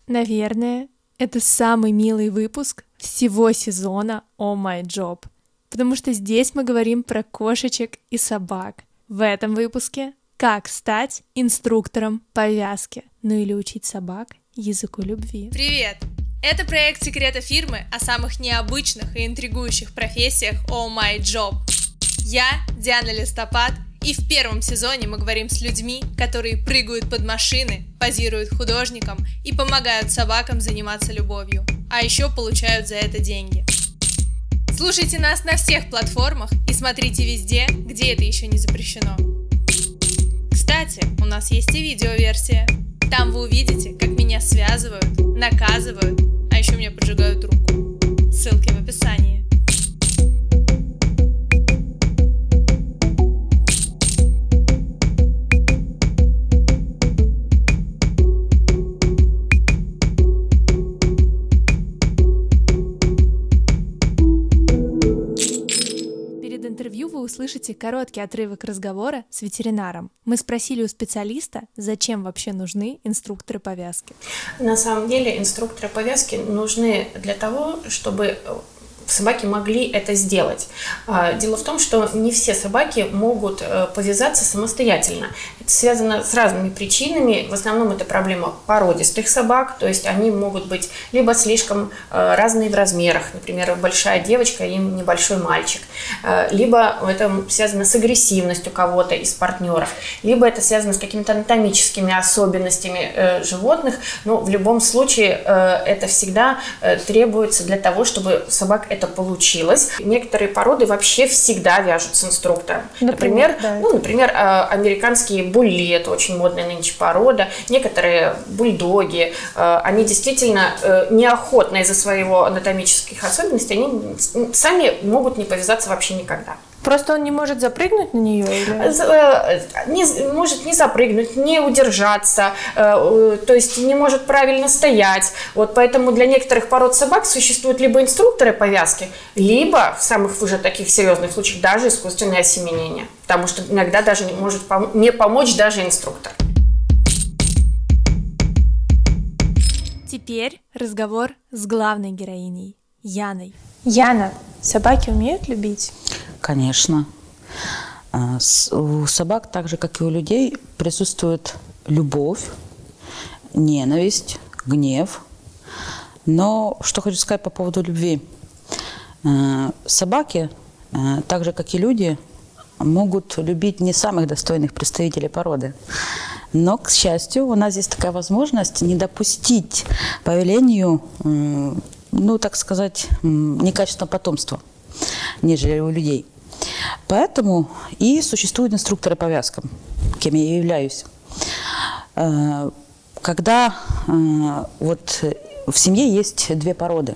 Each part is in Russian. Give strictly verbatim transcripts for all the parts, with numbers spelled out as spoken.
Наверное, это самый милый выпуск всего сезона Oh My Job, потому что здесь мы говорим про кошечек и собак. В этом выпуске как стать инструктором по вязке, ну или учить собак языку любви. Привет! Это проект «Секреты фирмы» о самых необычных и интригующих профессиях Oh My Job. Я Диана Листопад, и в первом сезоне мы говорим с людьми, которые прыгают под машины, позируют художникам и помогают собакам заниматься любовью, а еще получают за это деньги. Слушайте нас на всех платформах и смотрите везде, где это еще не запрещено. Кстати, у нас есть и видеоверсия. Там вы увидите, как меня связывают, наказывают, а еще мне поджигают руку. Ссылки в описании. Интервью вы услышите короткий отрывок разговора с ветеринаром. Мы спросили у специалиста, зачем вообще нужны инструкторы по вязке. На самом деле инструкторы по вязке нужны для того, чтобы собаки могли это сделать. Дело в том, что не все собаки могут повязаться самостоятельно. Это связано с разными причинами. В основном это проблема породистых собак, то есть они могут быть либо слишком разные в размерах, например, большая девочка и небольшой мальчик, либо это связано с агрессивностью кого-то из партнеров, либо это связано с какими-то анатомическими особенностями животных, но в любом случае это всегда требуется для того, чтобы собак это получилось. Некоторые породы вообще всегда вяжут с инструктором. Например, например, да, ну, например американские булли, это очень модная нынче порода. Некоторые бульдоги, они действительно неохотно из-за своего анатомических особенностей, они сами могут не повязаться вообще никогда. Просто он не может запрыгнуть на нее? Или? Не, может не запрыгнуть, не удержаться, то есть не может правильно стоять. Вот поэтому для некоторых пород собак существуют либо инструкторы по вязке, либо в самых уже таких серьезных случаях даже искусственное осеменение. Потому что иногда даже не может пом- не помочь даже инструктор. Теперь разговор с главной героиней, Яной. Яна, собаки умеют любить? Конечно. У собак, так же, как и у людей, присутствует любовь, ненависть, гнев. Но что хочу сказать по поводу любви. Собаки, так же, как и люди, могут любить не самых достойных представителей породы. Но, к счастью, у нас есть такая возможность не допустить появлению, ну, так сказать, некачественного потомства, нежели у людей. Поэтому и существуют инструкторы по вязкам, кем я и являюсь. Когда вот в семье есть две породы.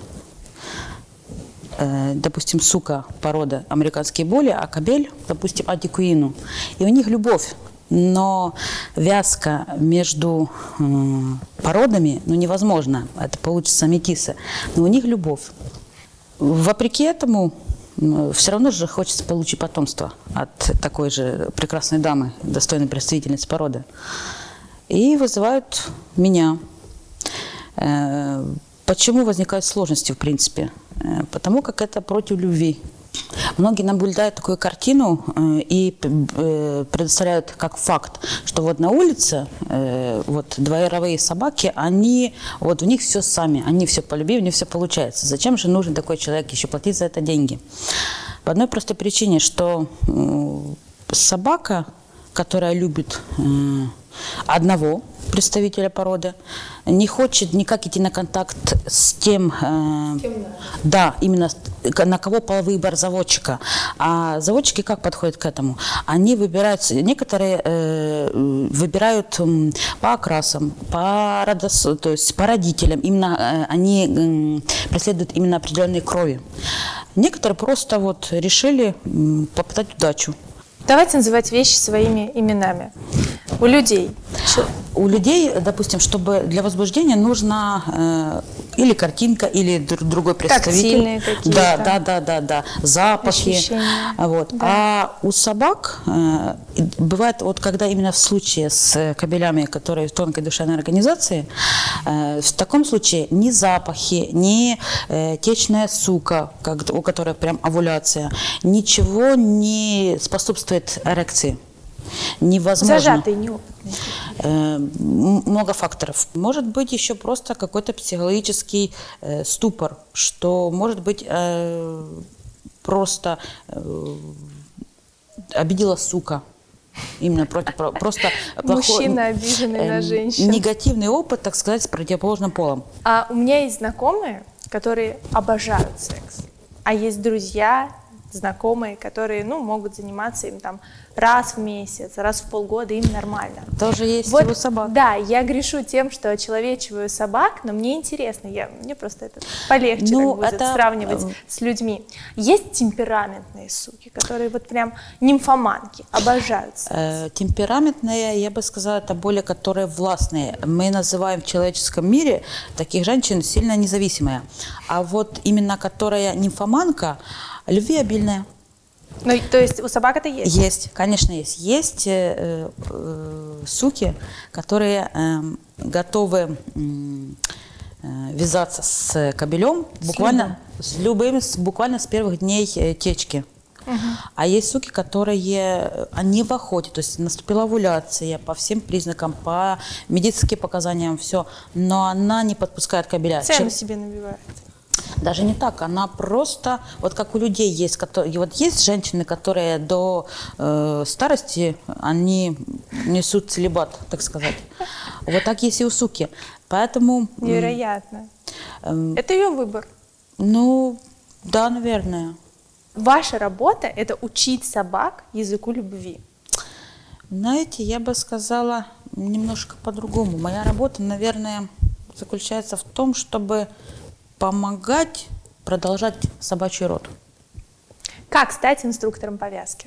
Допустим, сука порода американские булли, а кобель, допустим, адикуину. И у них любовь. Но вязка между э, породами ну, невозможно. Это получится метисы. Но у них любовь. Вопреки этому, э, все равно же хочется получить потомство от такой же прекрасной дамы, достойной представительницы породы. И вызывают меня. Э, почему возникают сложности, в принципе? Э, потому как это против любви. Многие наблюдают такую картину э, и э, предоставляют как факт, что вот на улице э, вот дворовые собаки, они, вот у них все сами, они все по любви, у них все получается. Зачем же нужен такой человек еще платить за это деньги? По одной простой причине, что э, собака, которая любит э, одного представителя породы, не хочет никак идти на контакт с тем, э, да, именно на кого половой выбор заводчика. А заводчики как подходят к этому? Они выбирают, некоторые э, выбирают э, по окрасам, по, родос, то есть по родителям, именно э, они э, преследуют именно определенные крови. Некоторые просто вот решили э, попытать удачу. Давайте называть вещи своими именами. У людей. У людей, допустим, чтобы для возбуждения нужно э, или картинка, или др- другой представитель. Тактильные какие-то. Да, да, да, да, да. Запахи. Ощущения. Вот. Да. А у собак э, бывает, вот когда именно в случае с кобелями, которые в тонкой душевной организации, э, в таком случае ни запахи, ни э, течная сука, как, у которой прям овуляция, ничего не способствует эрекции. Невозможно. Зажатые, неопытные. Э, м- много факторов. Может быть еще просто какой-то психологический э, ступор, что может быть э, просто э, обидела сука. Именно против, про- просто плохой, Мужчина, обиженный на э, женщину. негативный опыт, так сказать, с противоположным полом. А у меня есть знакомые, которые обожают секс, а есть друзья, знакомые, которые, ну, могут заниматься им там раз в месяц, раз в полгода, им нормально. Тоже есть Вот, у собак. да, я грешу тем, что очеловечиваю собак, но мне интересно, я, мне просто это полегче Ну, так будет это, сравнивать э, с людьми. Есть темпераментные суки, которые вот прям нимфоманки, обожают секс. Э, темпераментные, я бы сказала, это более которые властные. Мы называем в человеческом мире таких женщин сильно независимые. А вот именно которая нимфоманка, любвеобильная. Ну, то есть у собак это есть? Есть, конечно, есть. Есть э, э, суки, которые э, готовы м, э, вязаться с кобелем буквально с любым, с, буквально с первых дней э, течки. Угу. А есть суки, которые, они в охоте, то есть наступила овуляция по всем признакам, по медицинским показаниям, все, но она не подпускает кобеля. Цену Чем- себе набивает. Даже не так, она просто, вот как у людей есть, которые, вот есть женщины, которые до э, старости, они несут целибат, так сказать. Вот так есть и у суки. Поэтому, м, Невероятно. эм, Это ее выбор. ну, да, наверное. Ваша работа – это учить собак языку любви. Знаете, я бы сказала немножко по-другому. Моя работа, наверное, заключается в том, чтобы помогать продолжать собачий род. Как стать инструктором повязки?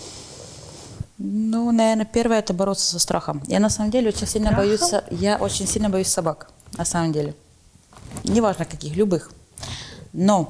Ну, наверное, первое – это бороться со страхом. Я на самом деле очень сильно боюсь, со- я очень сильно боюсь собак, на самом деле. Неважно каких, любых. Но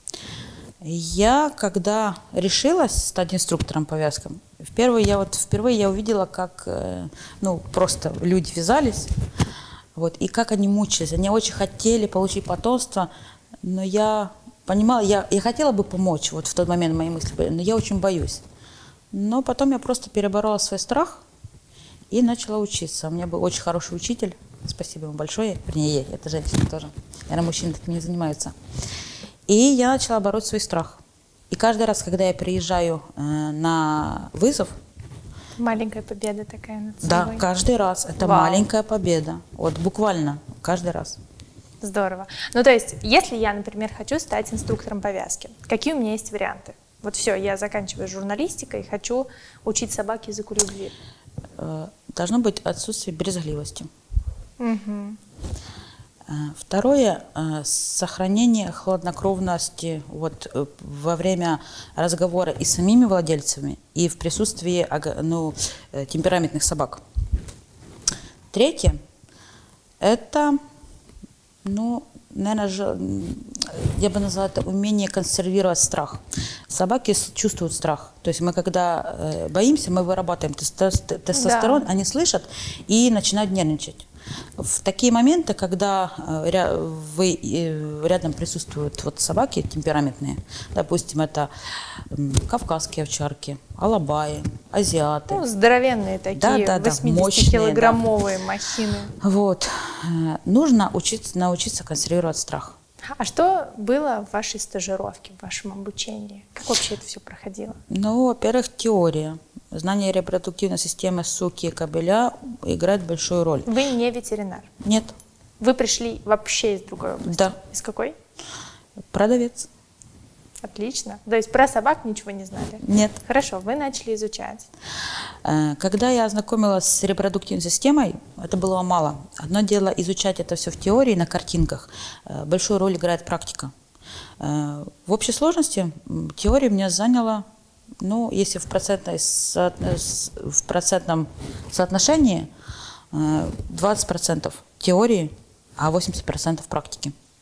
я, когда решилась стать инструктором по вязкам, впервые я, вот, впервые я увидела, как э, ну, просто люди вязались, вот, и как они мучились. Они очень хотели получить потомство, но я понимала, я, я хотела бы помочь, вот в тот момент мои мысли были, но я очень боюсь. Но потом я просто переборола свой страх и начала учиться. У меня был очень хороший учитель, спасибо ему большое, вернее, ей, это женщина тоже, наверное, мужчины таким не занимаются. И я начала бороть свой страх. И каждый раз, когда я приезжаю э, на вызов, Маленькая победа такая над да, собой. каждый раз это Вау. маленькая победа. Вот буквально каждый раз. Здорово. Ну, то есть, если я, например, хочу стать инструктором повязки, какие у меня есть варианты? Вот все, я заканчиваю журналистикой, хочу учить собак языку любви. Э, должно быть отсутствие брезгливости. Мгм. Э, Второе э, – сохранение хладнокровности вот, э, во время разговора и с самими владельцами, и в присутствии ага- ну, э, темпераментных собак. Третье – это, ну, наверное, же, м, я бы назвала это умение консервировать страх. Собаки с- чувствуют страх. То есть мы, когда э, боимся, мы вырабатываем тесто- тестостерон, Да. они слышат и начинают нервничать. В такие моменты, когда э, ря- вы, э, рядом присутствуют вот собаки темпераментные, допустим, это м, кавказские овчарки, алабаи, азиаты, Ну, здоровенные такие, Да, да, да, восьмидесятикилограммовые махины. вот, э, нужно учиться, научиться консервировать страх. А что было в вашей стажировке, в вашем обучении? Как вообще это все проходило? Ну, во-первых, теория. Знание репродуктивной системы суки и кобеля играет большую роль. Вы не ветеринар. Нет, Вы пришли вообще из другой области. да, Из какой? продавец. Отлично. То есть про собак ничего не знали? Нет. Хорошо, вы начали изучать. Э, Когда я ознакомилась с репродуктивной системой, это было мало. Одно дело изучать это все в теории, на картинках. Э, Большую роль играет практика. Э, В общей сложности м, теория меня заняла, ну, если в, процентной соотно- с- в процентном соотношении, э, двадцать процентов теории, а восемьдесят процентов практики.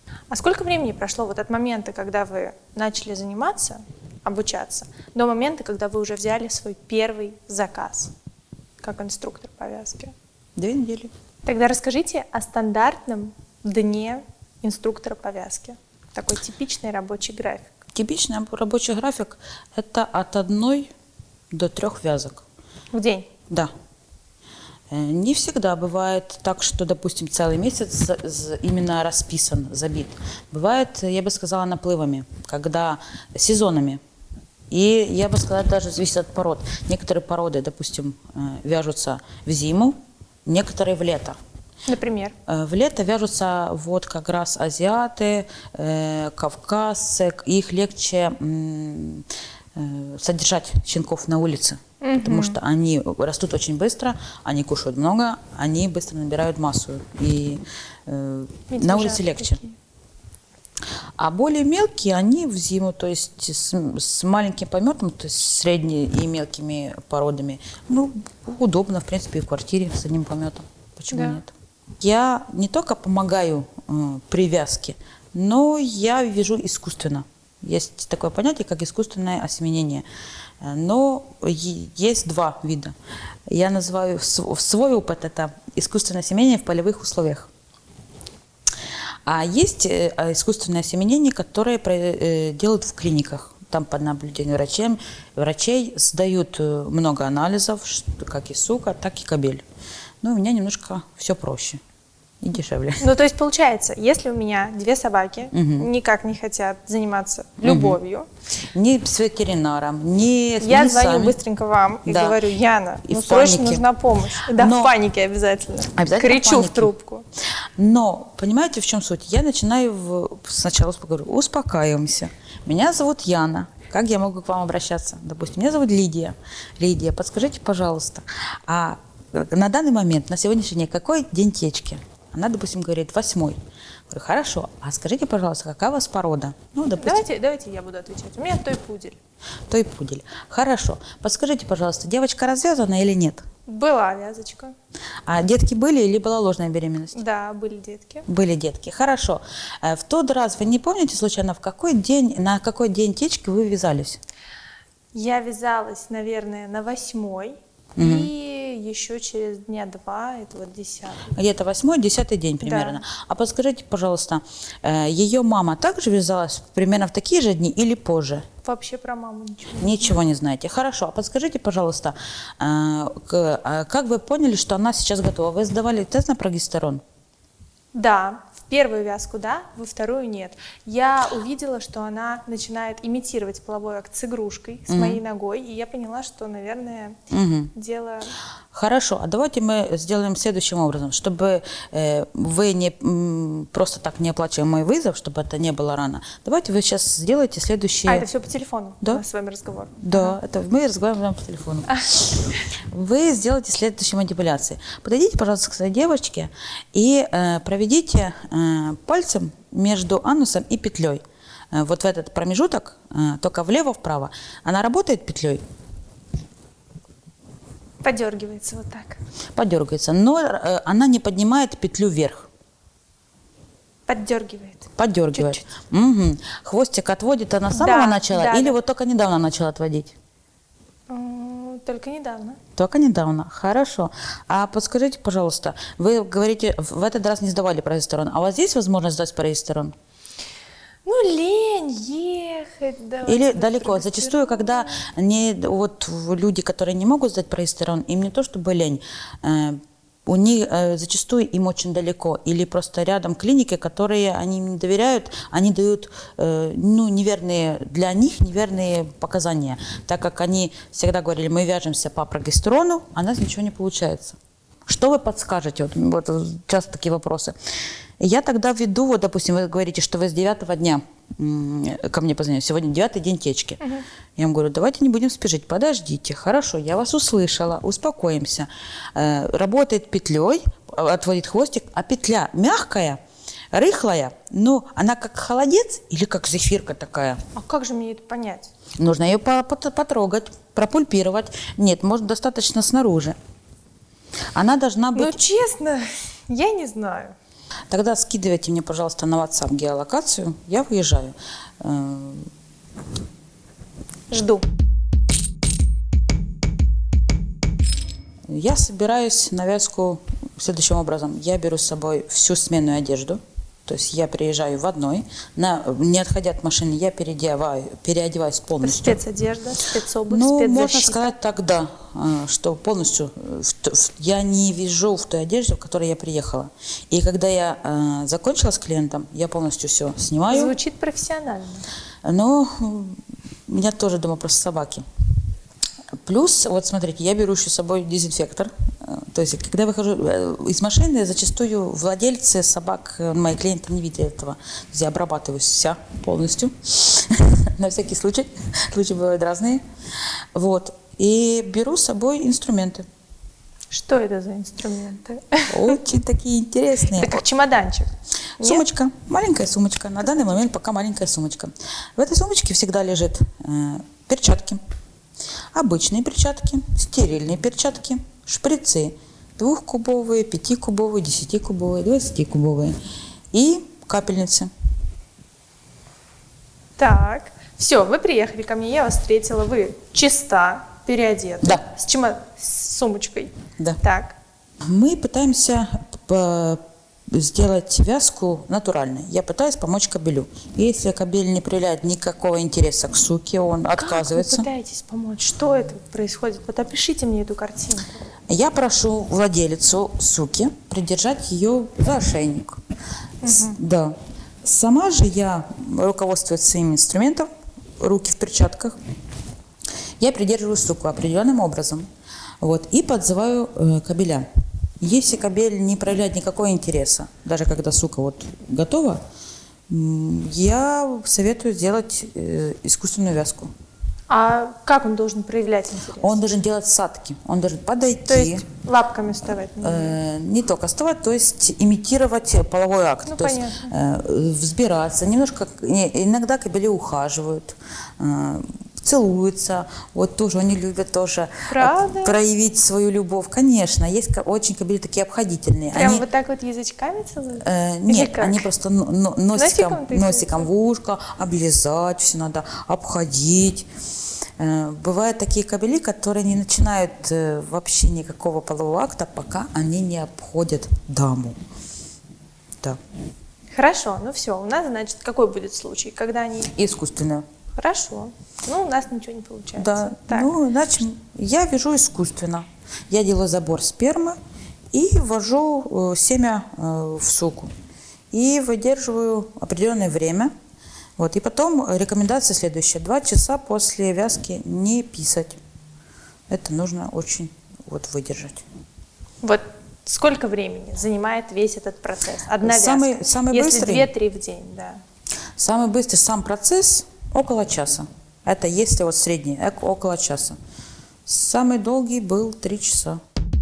А сколько времени прошло вот от момента, когда вы начали заниматься, обучаться, до момента, когда вы уже взяли свой первый заказ как инструктор повязки? Две недели. Тогда расскажите о стандартном дне инструктора повязки. Такой типичный рабочий график. Типичный рабочий график – это от одной до трех вязок. В день? Да. Не всегда бывает так, что, допустим, целый месяц именно расписан, забит. Бывает, я бы сказала, наплывами, когда сезонами. И я бы сказала, даже зависит от пород. Некоторые породы, допустим, вяжутся в зиму, некоторые в лето. Например? В лето вяжутся вот как раз азиаты, кавказцы, их легче содержать щенков на улице, угу. потому что они растут очень быстро, они кушают много, они быстро набирают массу, и э, на улице легче. Такие. А более мелкие, они в зиму, то есть с, с маленьким пометом, то есть средними и мелкими породами, ну, удобно, в принципе, и в квартире с одним пометом. Почему да. нет? Я не только помогаю э, при вязке, но я вяжу искусственно. Есть такое понятие, как искусственное осеменение. Но есть два вида. Я называю свой опыт – это искусственное осеменение в полевых условиях. А есть искусственное осеменение, которое делают в клиниках. Там под наблюдением врачей, врачей сдают много анализов, как и сука, так и кобель. Но у меня немножко все проще. И дешевле. Ну, то есть, получается, если у меня две собаки угу. никак не хотят заниматься любовью. Угу. Ни с ветеринаром, ни с Я ни звоню сами. быстренько вам и да. говорю: Яна, и ну срочно панике. нужна помощь. Да, Но... в панике обязательно. обязательно Кричу в, в трубку. Но, понимаете, в чем суть? Я начинаю в... сначала говорю: успокаиваемся. Меня зовут Яна. Как я могу к вам обращаться? Допустим, меня зовут Лидия. Лидия, подскажите, пожалуйста, а на данный момент, на сегодняшний день, какой день течки? Она, допустим, говорит: восьмой. Говорю: хорошо, а скажите, пожалуйста, какая у вас порода? Ну, допустим, давайте, давайте я буду отвечать. У меня той пудель. Той пудель. Хорошо. Подскажите, пожалуйста, девочка развязана или нет? Была вязочка. А детки были или была ложная беременность? Да, были детки. Были детки. Хорошо. В тот раз вы не помните случайно, в какой день, на какой день течки вы вязались? Я вязалась, наверное, на восьмой. Угу. И еще через дня два, это вот десятый. Где-то восьмой, десятый день примерно. Да. А подскажите, пожалуйста, ее мама также вязалась примерно в такие же дни или позже? Вообще про маму ничего не Ничего знаю. не знаете. Хорошо. А подскажите, пожалуйста, как вы поняли, что она сейчас готова? Вы сдавали тест на прогестерон? Да. В первую вязку да, во вторую нет. Я увидела, что она начинает имитировать половой акт с игрушкой, с угу. моей ногой, и я поняла, что, наверное, угу. дело... Хорошо, а давайте мы сделаем следующим образом, чтобы э, вы не м, просто так не оплачивали мой вызов, чтобы это не было рано. Давайте вы сейчас сделаете следующее... А, это все по телефону? Да. У нас с вами разговор? Да, ага. это мы разговариваем по телефону. А. Вы сделаете следующие манипуляции. Подойдите, пожалуйста, к своей девочке и э, проведите э, пальцем между анусом и петлей. Э, вот в этот промежуток, э, только влево-вправо. Она работает петлей? Подергивается вот так. Подергивается, но э, она не поднимает петлю вверх. Поддергивает. Поддергивает. Угу. Хвостик отводит она с самого да, начала да, или да. вот только недавно начала отводить? Только недавно. Только недавно. Хорошо. А подскажите, пожалуйста, вы говорите, в этот раз не сдавали прогестерон, а у вас есть возможность сдать прогестерон? Ну, лень ехать. Или далеко. Зачастую, когда не, вот, люди, которые не могут сдать прогестерон, им не то чтобы лень, э, у них э, зачастую им очень далеко. Или просто рядом клиники, которые они не доверяют, они дают э, ну, неверные, для них неверные показания. Так как они всегда говорили: мы вяжемся по прогестерону, а у нас ничего не получается. Что вы подскажете? Вот, вот часто такие вопросы. Я тогда веду, вот, допустим, вы говорите, что вы с девятого дня ко мне позвонили, сегодня девятый день течки. Угу. Я вам говорю: давайте не будем спешить, подождите, хорошо, я вас услышала, успокоимся. Э, работает петлей, отводит хвостик, а петля мягкая, рыхлая, но она как холодец или как зефирка такая. А как же мне это понять? Нужно ее потрогать, пропульпировать. Нет, может, достаточно снаружи. Она должна быть... Ну, честно, я не знаю. Тогда скидывайте мне, пожалуйста, на WhatsApp геолокацию, я выезжаю. Жду. Я собираюсь на вязку следующим образом. Я беру с собой всю сменную одежду, то есть я приезжаю в одной, на, не отходя от машины, я переодеваю, переодеваюсь полностью. Спецодежда, спецобувь, ну, спецзащита. можно сказать тогда, что полностью я не вижу в той одежде, в которой я приехала. И когда я э, закончила с клиентом, я полностью все снимаю. Звучит профессионально. Но у меня тоже дома просто собаки. Плюс, вот смотрите, я беру еще с собой дезинфектор. То есть, когда я выхожу из машины, зачастую владельцы собак, мои клиенты не видят этого. Я обрабатываюсь вся полностью, на всякий случай. Случаи бывают разные. Вот. И беру с собой инструменты. Что это за инструменты? Очень такие интересные. Это как чемоданчик. Сумочка, Нет? маленькая сумочка. На данный момент пока маленькая сумочка. В этой сумочке всегда лежат э, перчатки. Обычные перчатки, стерильные перчатки, шприцы двухкубовые, пятикубовые, десятикубовые, двадцатикубовые и капельницы. Так, все, вы приехали ко мне, я вас встретила, вы чиста, переодета, да. с, чемо... с сумочкой. Да. Так. Мы пытаемся по... сделать вязку натуральной. Я пытаюсь помочь кобелю. Если кобель не проявляет никакого интереса к суке, он как отказывается. Вы пытаетесь помочь? Что это происходит? Вот опишите мне эту картинку. Я прошу владелицу суки придержать ее за ошейник. Угу. Да. Сама же я, руководствуясь своим инструментом, руки в перчатках, я придерживаю суку определенным образом. Вот, и подзываю э, кобеля. Если кобель не проявляет никакого интереса, даже когда сука вот готова, я советую сделать э, искусственную вязку. А как он должен проявлять интерес? Он должен делать садки, он должен подойти. То есть лапками вставать? Э, не только вставать, то есть имитировать половой акт. Ну, то понятно. есть э, взбираться, немножко, иногда кобели ухаживают, э, целуются, вот тоже они любят тоже Правда? проявить свою любовь. Конечно, есть очень кобели такие обходительные. Прям они, вот так вот язычками целуют? э, Нет, как? они просто носиком, Носиком, носиком в ушко, облизать, все надо обходить. Э, бывают такие кобели, которые не начинают э, вообще никакого полового акта, пока они не обходят даму. Да. Хорошо, ну все, у нас, значит, какой будет случай, когда они... Искусственно. Хорошо. Ну, у нас ничего не получается. Да, так. ну, значит, я вяжу искусственно. Я делаю забор спермы и ввожу э, семя э, в суку. И выдерживаю определенное время. Вот, и потом рекомендация следующая. Два часа после вязки не писать. Это нужно очень вот, выдержать. Вот сколько времени занимает весь этот процесс? Одна самый, вязка? самый Если быстрый, две-три в день, да. Самый быстрый сам процесс около часа. Это если вот средний, около часа. Самый долгий был три часа.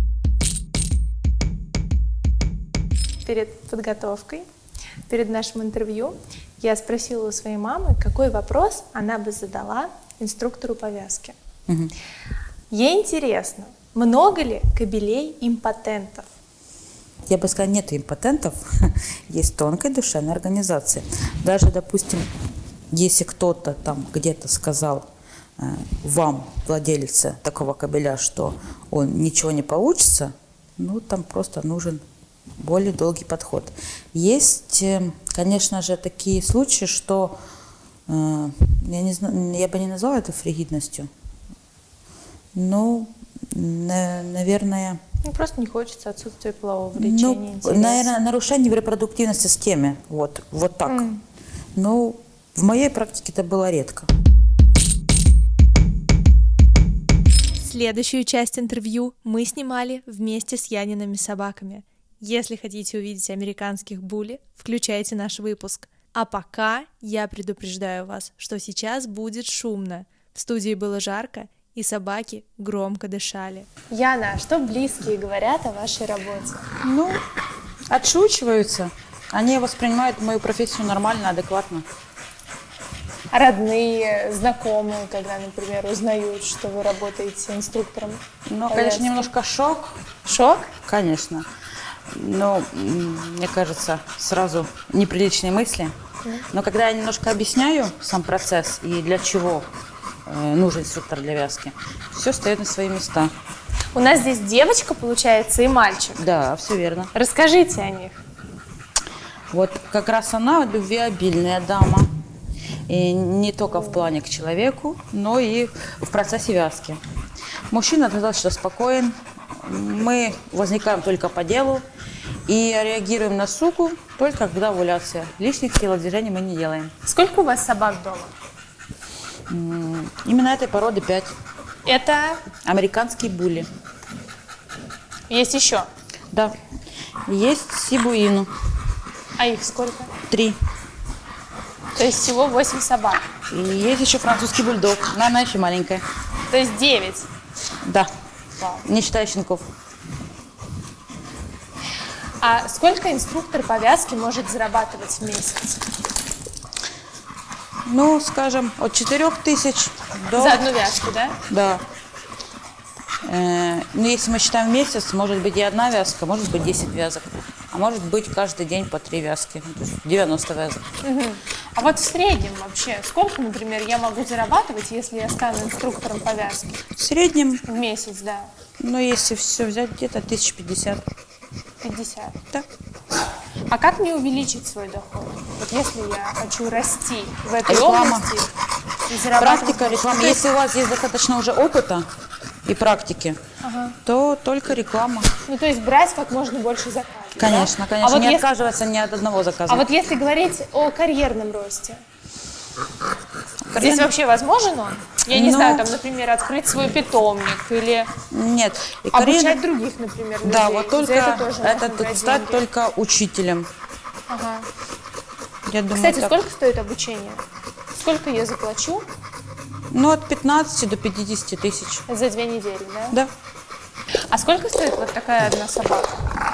Перед подготовкой, перед нашим интервью, я спросила у своей мамы, какой вопрос она бы задала инструктору по вязке. Угу. Ей интересно, много ли кобелей импотентов? Я бы сказала, нет импотентов, есть тонкая душевная организация. Даже, допустим, если кто-то там где-то сказал э, вам, владелице такого кобеля, что он ничего не получится, ну, там просто нужен более долгий подход. Есть, э, конечно же, такие случаи, что э, я, не знаю, я бы не назвала это фригидностью, но, на, наверное... Ну, просто не хочется, отсутствие полового влечения, ну, наверное, нарушение в репродуктивной системе, вот, вот так. Mm. Ну, в моей практике это было редко. Следующую часть интервью мы снимали вместе с Яниными собаками. Если хотите увидеть американских були, включайте наш выпуск. А пока я предупреждаю вас, что сейчас будет шумно. В студии было жарко, и собаки громко дышали. Яна, что близкие говорят о вашей работе? Ну, отшучиваются. Они воспринимают мою профессию нормально, адекватно. А родные, знакомые, когда, например, узнают, что вы работаете инструктором? Ну, по конечно, вязке? немножко шок. Шок? Конечно. ну, мне кажется, сразу неприличные мысли. Но когда я немножко объясняю сам процесс и для чего э, нужен инструктор для вязки, все встает на свои места. У нас здесь девочка, получается, и мальчик. Да, все верно. Расскажите о них. Вот как раз она любвеобильная дама. И не только в плане к человеку, но и в процессе вязки. Мужчина достаточно спокоен. Мы возникаем только по делу и реагируем на суку только когда овуляция. Лишних телодвижений мы не делаем. Сколько у вас собак дома? Именно этой породы пять. Это Американские булли. есть еще. Да. Есть сибуину. А их сколько? Три. То есть всего восемь собак. И есть еще французский бульдог. Но она еще маленькая. То есть девять. Да. Вау. Не считая щенков. А сколько инструктор по вязке может зарабатывать в месяц? Ну, скажем, от четырех тысяч до... За одну вязку, да? Да. Э, ну, если мы считаем месяц, может быть и одна вязка, может быть десять вязок. А может быть каждый день по три вязки. То есть девяносто вязок. Угу. А вот в среднем вообще, сколько, например, я могу зарабатывать, если я стану инструктором по вязке? В среднем, В месяц, да. ну, если все взять, где-то тысяч пятьдесят. пятьдесят. Да. А как мне увеличить свой доход? Вот если я хочу расти в этой Реклама. области и зарабатывать... Практика, реклама. То есть- Если у вас есть достаточно уже опыта и практики, Ага. то только реклама. Ну, то есть брать как можно больше заказов. Конечно, да? конечно. А вот, не если... отказываться ни от одного заказа. а вот если говорить о карьерном росте, здесь Карьерный- вообще возможен он? Я не Ну- знаю, там, например, открыть свой питомник или Нет. И обучать карьерный- других, например, людей. Да, вот За только это тоже это можно брать стать деньги. только учителем. Ага. Я думаю, Кстати, так. сколько стоит обучение? Сколько я заплачу Ну, от пятнадцати до пятидесяти тысяч. за две недели, да? Да. А сколько стоит вот такая одна собака?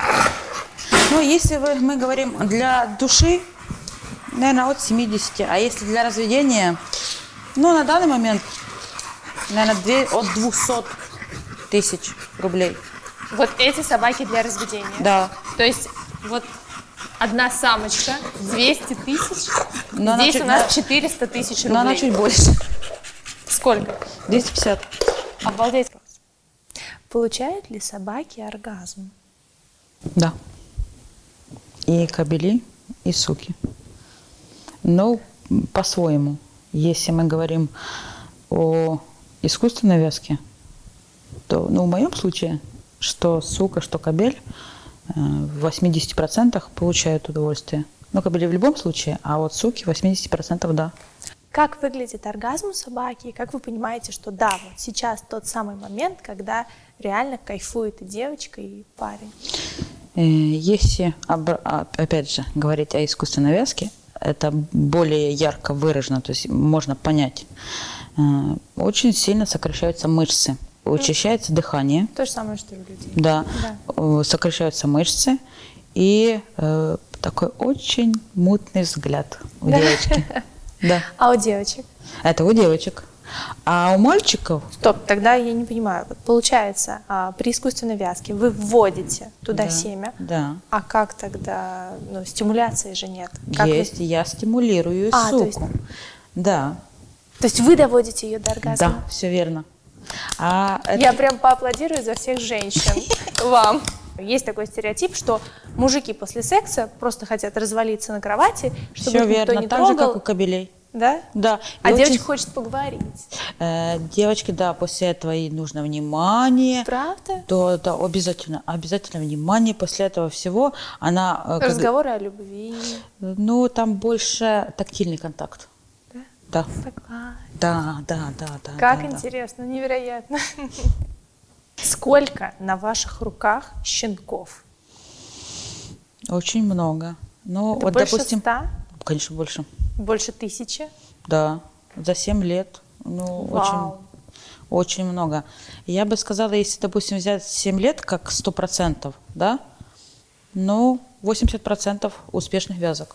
Ну, если вы, мы говорим для души, наверное, от семидесяти. А если для разведения, ну, на данный момент, наверное, две, от двухсот тысяч рублей. Вот эти собаки для разведения? Да. То есть вот одна самочка двести тысяч, Но она здесь чуть- у нас да. четыреста тысяч рублей. Но она чуть больше. Сколько? двести пятьдесят. Обалдеть. Получают ли собаки оргазм? Да. И кобели, и суки. Но по-своему. Если мы говорим о искусственной вязке, то, ну, в моем случае, что сука, что кобель, э, в восьмидесяти процентах получают удовольствие. Ну, кобели в любом случае, а вот суки в восьмидесяти процентах да. Как выглядит оргазм у собаки? И как вы понимаете, что да, вот сейчас тот самый момент, когда реально кайфует и девочка, и парень? Э, Если, обра- а- опять же, говорить о искусственной вязке, это более ярко выражено, то есть можно понять. Э, Очень сильно сокращаются мышцы, учащается дыхание, То же самое, что и у людей. да, э, сокращаются мышцы и э, такой очень мутный взгляд у девочки. Да, А у девочек? это у девочек. А у мальчиков Стоп, тогда я не понимаю. Вот получается, а, при искусственной вязке вы вводите туда Да, семя, да. а как тогда, ну, стимуляции же нет? Как вы- есть, я стимулирую А, то суку. есть- Да, То есть вы доводите ее до оргазма? да, все верно. А это- Я прям поаплодирую за всех женщин вам. Есть такой стереотип, что мужики после секса просто хотят развалиться на кровати, чтобы все их никто верно, не так же, трогал. как у кобелей. Да? Да. А И очень- девочка хочет поговорить. э, девочке, да, после этого ей нужно внимание. Правда? То, да, обязательно, обязательно внимание. После этого всего она, э, как- Разговоры о любви. ну, там больше тактильный контакт. Да? Да, Такая. да, да, да, да. Как да, да. интересно, невероятно. Сколько на ваших руках щенков? Очень много. Ну, Это вот, больше допустим, ста? конечно, больше. Больше тысячи? Да, за семь лет. Ну, Вау. очень, очень много. Я бы сказала, если, допустим, взять семь лет как сто процентов, да, ну, восемьдесят процентов успешных вязок.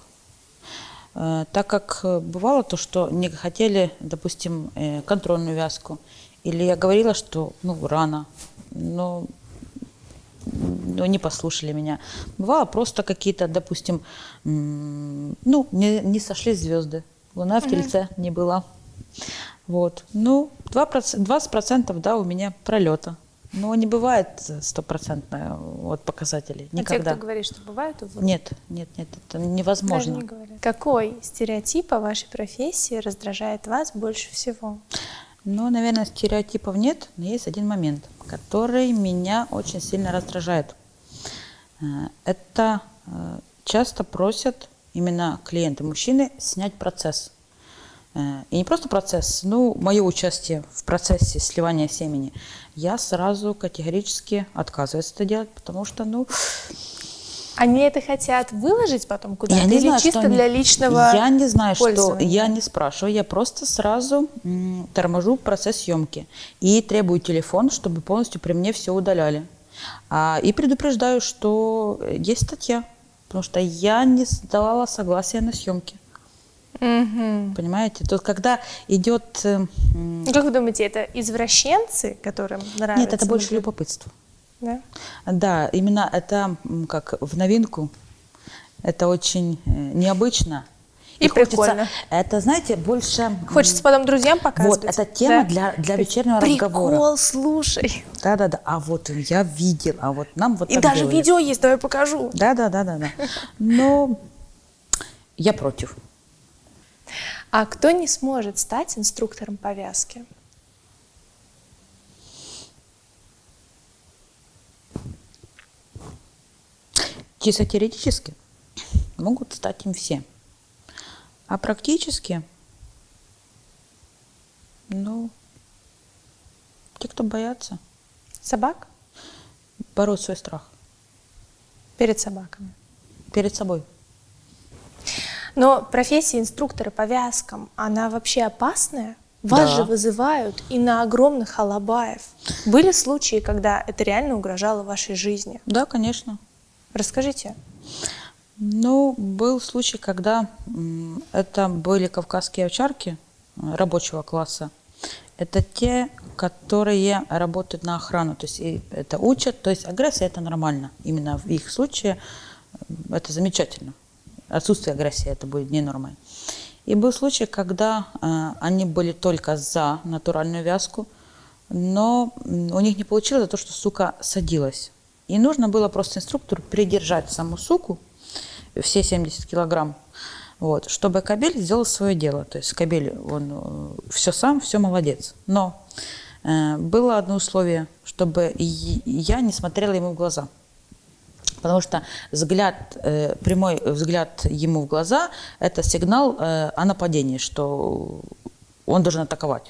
Э, Так как э, бывало то, что не хотели, допустим, э, контрольную вязку, или я говорила, что, ну, рано, но ну, не послушали меня. Бывало просто какие-то, допустим, ну, не, не сошли звезды. Луна в Тельце не была. Вот. Ну, двадцать процентов, да, у меня пролета. Но не бывает стопроцентно вот, показателей. Никогда. А те, кто говорит, что бывает увод? Нет, нет, нет, это невозможно. Даже не говорят. Какой стереотип о вашей профессии раздражает вас больше всего? Ну, наверное, стереотипов нет, но есть один момент, который меня очень сильно раздражает. Это часто просят именно клиенты, мужчины, снять процесс. И не просто процесс, ну, мое участие в процессе сливания семени. Я сразу категорически отказываюсь это делать, потому что, ну... Они это хотят выложить потом куда-то? Я не или знаю, чисто что они... для личного Я не знаю, пользования? что... Я не спрашиваю, я просто сразу м, торможу процесс съемки и требую телефон, чтобы полностью при мне все удаляли. А, и предупреждаю, что есть статья, потому что я не давала согласия на съемки. Угу. Понимаете? Тут когда идет... Э, как вы думаете, это извращенцы, которым нравится? Нет, это больше например? любопытство. Да? Да, именно это как в новинку. Это очень необычно. И, и прикольно. Это, знаете, больше... Хочется потом друзьям показывать. Вот, это тема да? для, для вечернего Прикол, разговора. Прикол, слушай. Да-да-да. А вот я видел, а вот нам вот И так даже делали. видео есть, давай покажу. Да-да-да-да. Но я против. А кто не сможет стать инструктором повязки? Чисто теоретически могут стать им все. А практически, ну, те, кто боятся. Собак? Бороть свой страх. Перед собаками. Перед собой. Но профессия инструктора по вязкам, она вообще опасная? Вас Да. же вызывают и на огромных алабаев. Были случаи, когда это реально угрожало вашей жизни? Да, конечно. Расскажите. Ну, был случай, когда м, это были кавказские овчарки э, рабочего класса. Это те, которые работают на охрану, то есть и это учат, то есть агрессия – это нормально. Именно в их случае э, это замечательно. Отсутствие агрессии – это будет не нормой. И был случай, когда э, они были только за натуральную вязку, но у них не получилось за то, что сука садилась. И нужно было просто инструктору придержать саму суку, все семьдесят килограмм, вот, чтобы кобель сделал свое дело. То есть кобель, он э, все сам, все молодец. Но э, было одно условие, чтобы и, я не смотрела ему в глаза. Потому что взгляд, э, прямой взгляд ему в глаза – это сигнал э, о нападении, что он должен атаковать.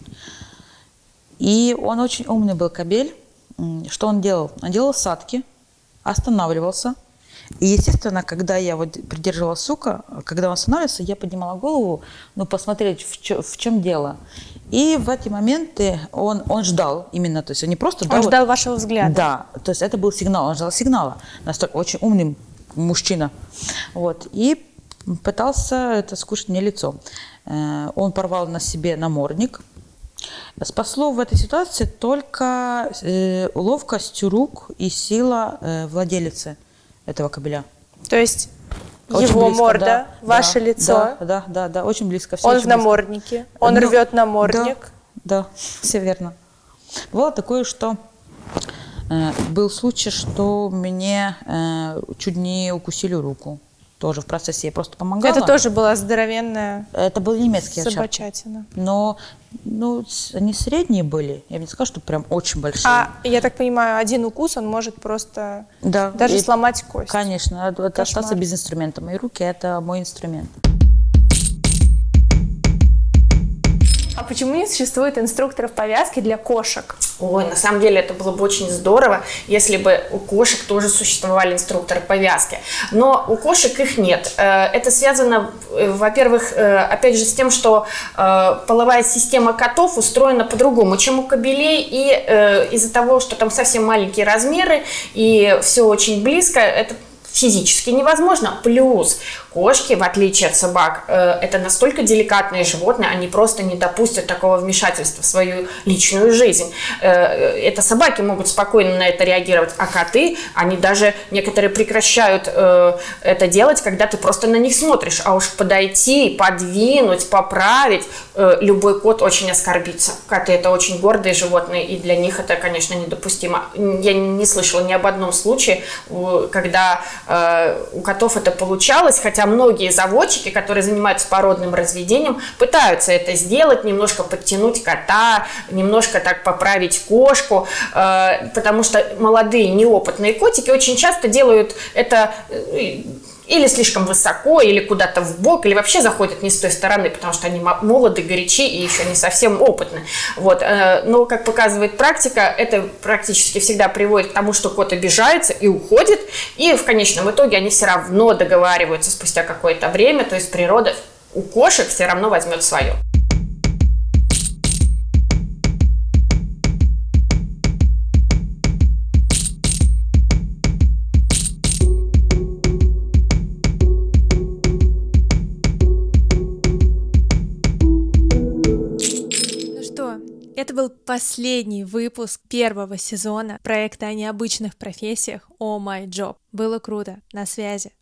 И он очень умный был кобель. Что он делал? Он делал садки, останавливался. И, естественно, когда я вот придерживала сука, когда он останавливался, я поднимала голову, ну, посмотреть, в, чё, в чем дело. И в эти моменты он, он ждал именно, то есть он не просто… Он да, ждал вот, вашего взгляда. Да, то есть это был сигнал, он ждал сигнала. Настолько очень умный мужчина. Вот, и пытался это скушать мне лицо. Он порвал на себе намордник. Спасло в этой ситуации только э, ловкость рук и сила э, владелицы этого кобеля. То есть Очень его близко, морда, да, ваше да, лицо, Да, да, да, да, очень близко. Все он очень в наморднике, близко. он Ну, рвет намордник. Да, да, все верно. Было такое, что э, был случай, что мне э, чуть не укусили руку. Тоже в процессе я просто помогала. Это тоже была здоровенная Это были немецкие овчарки. собачатина. Но ну, они средние были. Я бы не сказала, что прям очень большие. А я так понимаю, один укус, он может просто Да, даже и, сломать кость. Конечно, это Кошмар. остаться без инструмента. Мои руки – это мой инструмент. А почему не существует инструкторов по вязке для кошек? Ой, на самом деле это было бы очень здорово, если бы у кошек тоже существовали инструкторы по вязке. Но у кошек их нет. Это связано, во-первых, опять же с тем, что половая система котов устроена по-другому, чем у кобелей. И из-за того, что там совсем маленькие размеры и все очень близко, это физически невозможно. Плюс кошки, в отличие от собак, это настолько деликатные животные, они просто не допустят такого вмешательства в свою личную жизнь. Это собаки могут спокойно на это реагировать, а коты, они даже некоторые прекращают это делать, когда ты просто на них смотришь, а уж подойти, подвинуть, поправить, любой кот очень оскорбится. Коты это очень гордые животные, и для них это, конечно, недопустимо. Я не слышала ни об одном случае, когда э, у котов это получалось, хотя многие заводчики, которые занимаются породным разведением, пытаются это сделать, немножко подтянуть кота, немножко так поправить кошку, э, потому что молодые неопытные котики очень часто делают это э, или слишком высоко, или куда-то в бок, или вообще заходят не с той стороны, потому что они молоды, горячи и еще не совсем опытны. Вот. Но, как показывает практика, это практически всегда приводит к тому, что кот обижается и уходит, и в конечном итоге они все равно договариваются спустя какое-то время, то есть природа у кошек все равно возьмет свое. Это был последний выпуск первого сезона проекта о необычных профессиях Oh My Job. Было круто. На связи.